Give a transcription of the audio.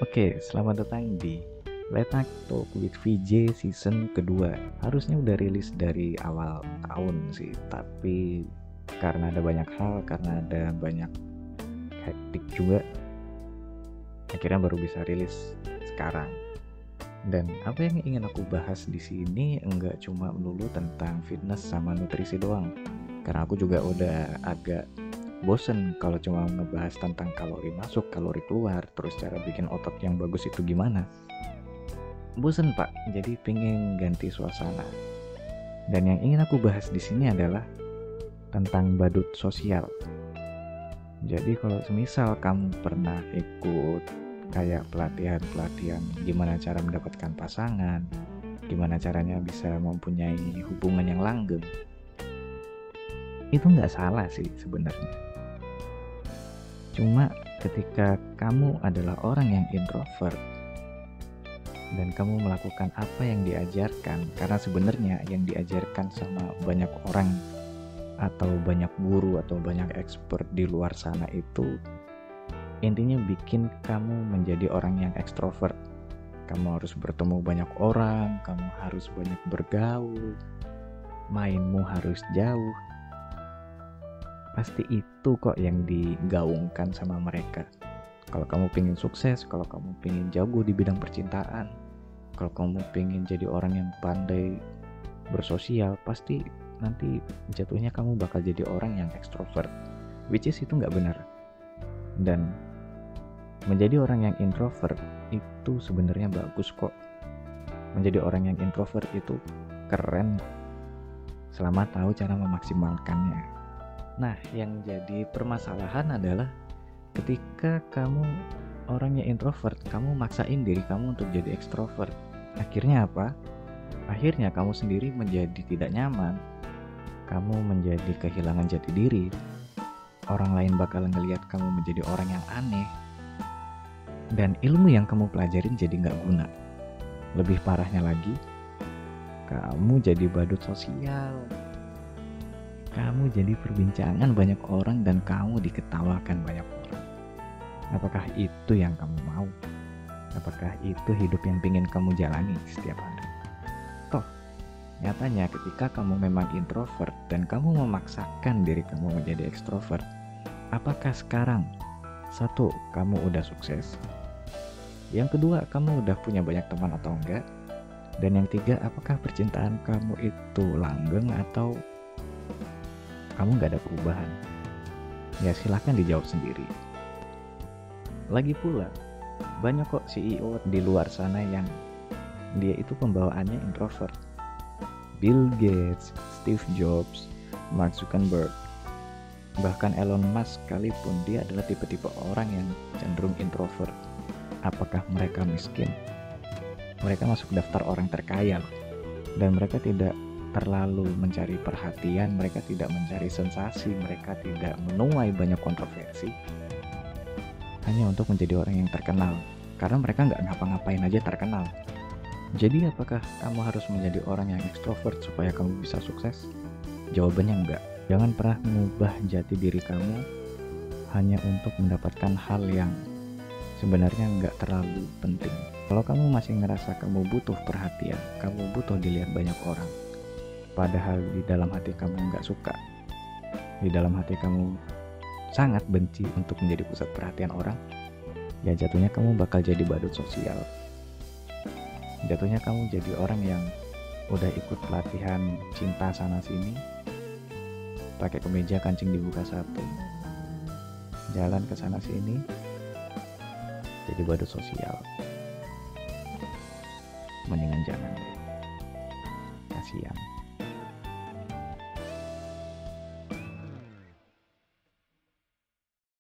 Oke, selamat datang di Late Night Talk with VJ season kedua. Harusnya udah rilis dari awal tahun sih, tapi karena ada banyak hal, karena ada banyak hektik juga, akhirnya baru bisa rilis sekarang. Dan apa yang ingin aku bahas di sini enggak cuma melulu tentang fitness sama nutrisi doang. Karena aku juga udah agak bosen kalau cuma ngebahas tentang kalori masuk, kalori keluar, terus cara bikin otot yang bagus itu gimana. Bosen pak, jadi pengen ganti suasana. Dan yang ingin aku bahas di sini adalah tentang badut sosial. Jadi kalau semisal kamu pernah ikut kayak pelatihan gimana cara mendapatkan pasangan, gimana caranya bisa mempunyai hubungan yang langgeng, itu nggak salah sih sebenarnya. Cuma ketika kamu adalah orang yang introvert dan kamu melakukan apa yang diajarkan, karena sebenarnya yang diajarkan sama banyak orang atau banyak guru atau banyak expert di luar sana itu intinya bikin kamu menjadi orang yang ekstrovert. Kamu harus bertemu banyak orang, kamu harus banyak bergaul, mainmu harus jauh. Pasti itu kok yang digaungkan sama mereka. Kalau kamu pengen sukses, kalau kamu pengen jago di bidang percintaan, kalau kamu pengen jadi orang yang pandai bersosial, pasti nanti jatuhnya kamu bakal jadi orang yang ekstrovert, which is itu nggak benar. Dan menjadi orang yang introvert itu sebenarnya bagus kok. Menjadi orang yang introvert itu keren selama tahu cara memaksimalkannya. Nah, yang jadi permasalahan adalah ketika kamu orangnya introvert, kamu maksain diri kamu untuk jadi ekstrovert. Akhirnya apa? Akhirnya kamu sendiri menjadi tidak nyaman. Kamu menjadi kehilangan jati diri. Orang lain bakal ngelihat kamu menjadi orang yang aneh. Dan ilmu yang kamu pelajarin jadi nggak guna. Lebih parahnya lagi, kamu jadi badut sosial. Kamu jadi perbincangan banyak orang dan kamu diketawakan banyak orang. Apakah itu yang kamu mau? Apakah itu hidup yang ingin kamu jalani setiap hari? Toh, nyatanya ketika kamu memang introvert dan kamu memaksakan diri kamu menjadi ekstrovert, apakah sekarang, satu, kamu udah sukses? Yang kedua, kamu udah punya banyak teman atau enggak? Dan yang tiga, apakah percintaan kamu itu langgeng atau kamu gak ada perubahan? Ya silahkan dijawab sendiri. Lagi pula, banyak kok CEO di luar sana yang dia itu pembawaannya introvert. Bill Gates, Steve Jobs, Mark Zuckerberg, bahkan Elon Musk sekalipun dia adalah tipe-tipe orang yang cenderung introvert. Apakah mereka miskin? Mereka masuk daftar orang terkaya loh. Dan mereka tidak terlalu mencari perhatian, mereka tidak mencari sensasi, mereka tidak menuai banyak kontroversi hanya untuk menjadi orang yang terkenal, karena mereka nggak ngapa-ngapain aja terkenal. Jadi apakah kamu harus menjadi orang yang ekstrovert supaya kamu bisa sukses? Jawabannya enggak. Jangan pernah mengubah jati diri kamu hanya untuk mendapatkan hal yang sebenarnya nggak terlalu penting. Kalau kamu masih ngerasa kamu butuh perhatian, kamu butuh dilihat banyak orang, padahal di dalam hati kamu nggak suka, di dalam hati kamu sangat benci untuk menjadi pusat perhatian orang, ya jatuhnya kamu bakal jadi badut sosial. Jatuhnya kamu jadi orang yang udah ikut pelatihan cinta sana sini, pakai kemeja kancing dibuka satu, jalan ke sana sini, jadi badut sosial. Mendingan jangan deh, kasihan.